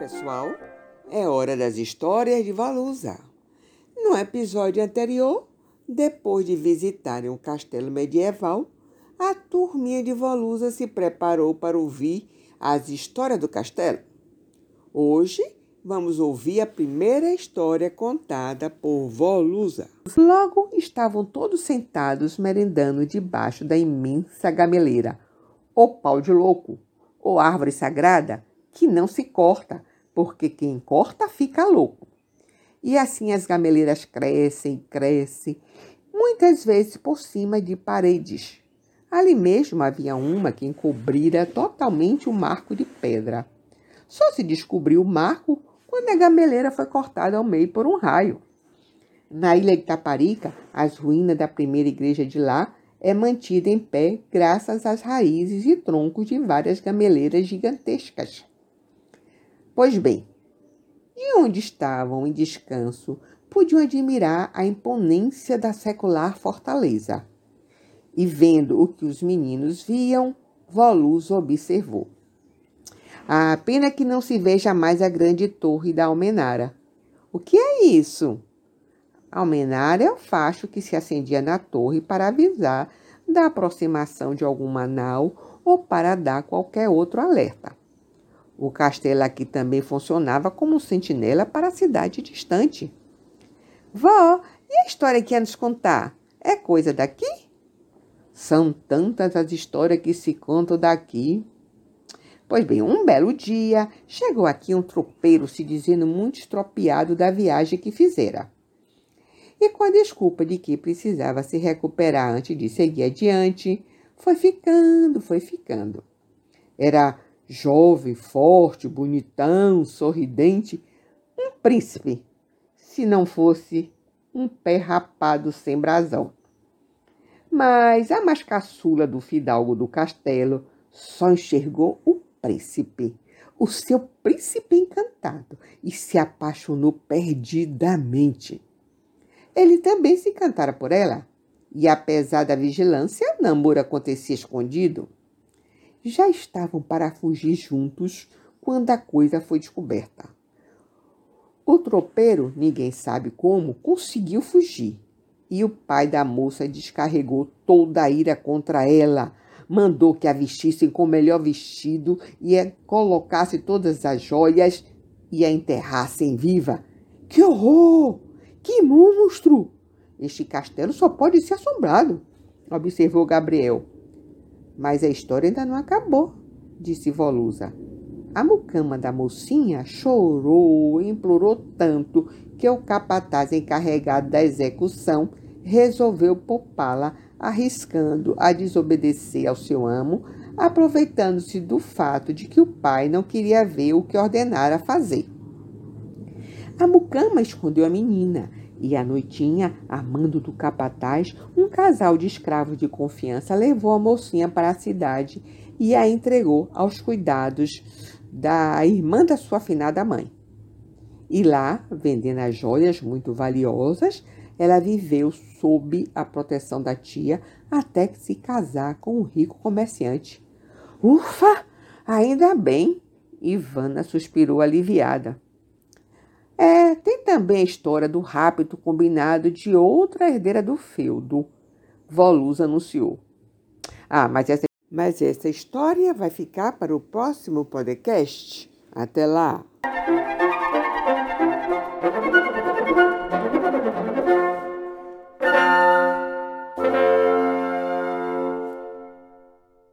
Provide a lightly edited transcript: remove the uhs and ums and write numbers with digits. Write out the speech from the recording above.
pessoal, é hora das histórias de Valusa. No episódio anterior, depois de visitarem um castelo medieval, a turminha de Valusa se preparou para ouvir as histórias do castelo. Hoje, vamos ouvir a primeira história contada por Valusa. Logo estavam todos sentados merendando debaixo da imensa gameleira, ou pau de louco, ou árvore sagrada, que não se corta, porque quem corta fica louco. E assim as gameleiras crescem, muitas vezes por cima de paredes. Ali mesmo havia uma que encobrira totalmente o marco de pedra. Só se descobriu o marco quando a gameleira foi cortada ao meio por um raio. Na ilha de Taparica, as ruínas da primeira igreja de lá é mantida em pé graças às raízes e troncos de várias gameleiras gigantescas. Pois bem, de onde estavam em descanso, podiam admirar a imponência da secular fortaleza. E vendo o que os meninos viam, Valusa observou. A pena que não se veja mais a grande torre da Almenara. O que é isso? A Almenara é o facho que se acendia na torre para avisar da aproximação de alguma nau ou para dar qualquer outro alerta. O castelo aqui também funcionava como sentinela para a cidade distante. Vó, e a história que ia nos contar? É coisa daqui? São tantas as histórias que se contam daqui. Pois bem, um belo dia, chegou aqui um tropeiro se dizendo muito estropiado da viagem que fizera. E com a desculpa de que precisava se recuperar antes de seguir adiante, foi ficando. Era jovem, forte, bonitão, sorridente, um príncipe, se não fosse um pé rapado sem brasão. Mas a mais caçula do fidalgo do castelo só enxergou o príncipe, o seu príncipe encantado, e se apaixonou perdidamente. Ele também se encantara por ela, e apesar da vigilância, o namoro acontecia escondido. Já estavam para fugir juntos quando a coisa foi descoberta. O tropeiro, ninguém sabe como, conseguiu fugir. E o pai da moça descarregou toda a ira contra ela. Mandou que a vestissem com o melhor vestido e a colocasse todas as joias e a enterrassem viva. Que horror! Que monstro! Este castelo só pode ser assombrado, observou Gabriel. Mas a história ainda não acabou, disse Valusa. A mucama da mocinha chorou e implorou tanto que o capataz encarregado da execução resolveu poupá-la, arriscando a desobedecer ao seu amo, aproveitando-se do fato de que o pai não queria ver o que ordenara fazer. A mucama escondeu a menina, e à noitinha, a mando do capataz, um casal de escravos de confiança levou a mocinha para a cidade e a entregou aos cuidados da irmã da sua afinada mãe. E lá, vendendo as joias muito valiosas, ela viveu sob a proteção da tia até que se casar com um rico comerciante. Ufa! Ainda bem! Ivana suspirou aliviada. Tem também a história do rápido combinado de outra herdeira do feudo, Valusa anunciou. Mas essa história vai ficar para o próximo podcast. Até lá!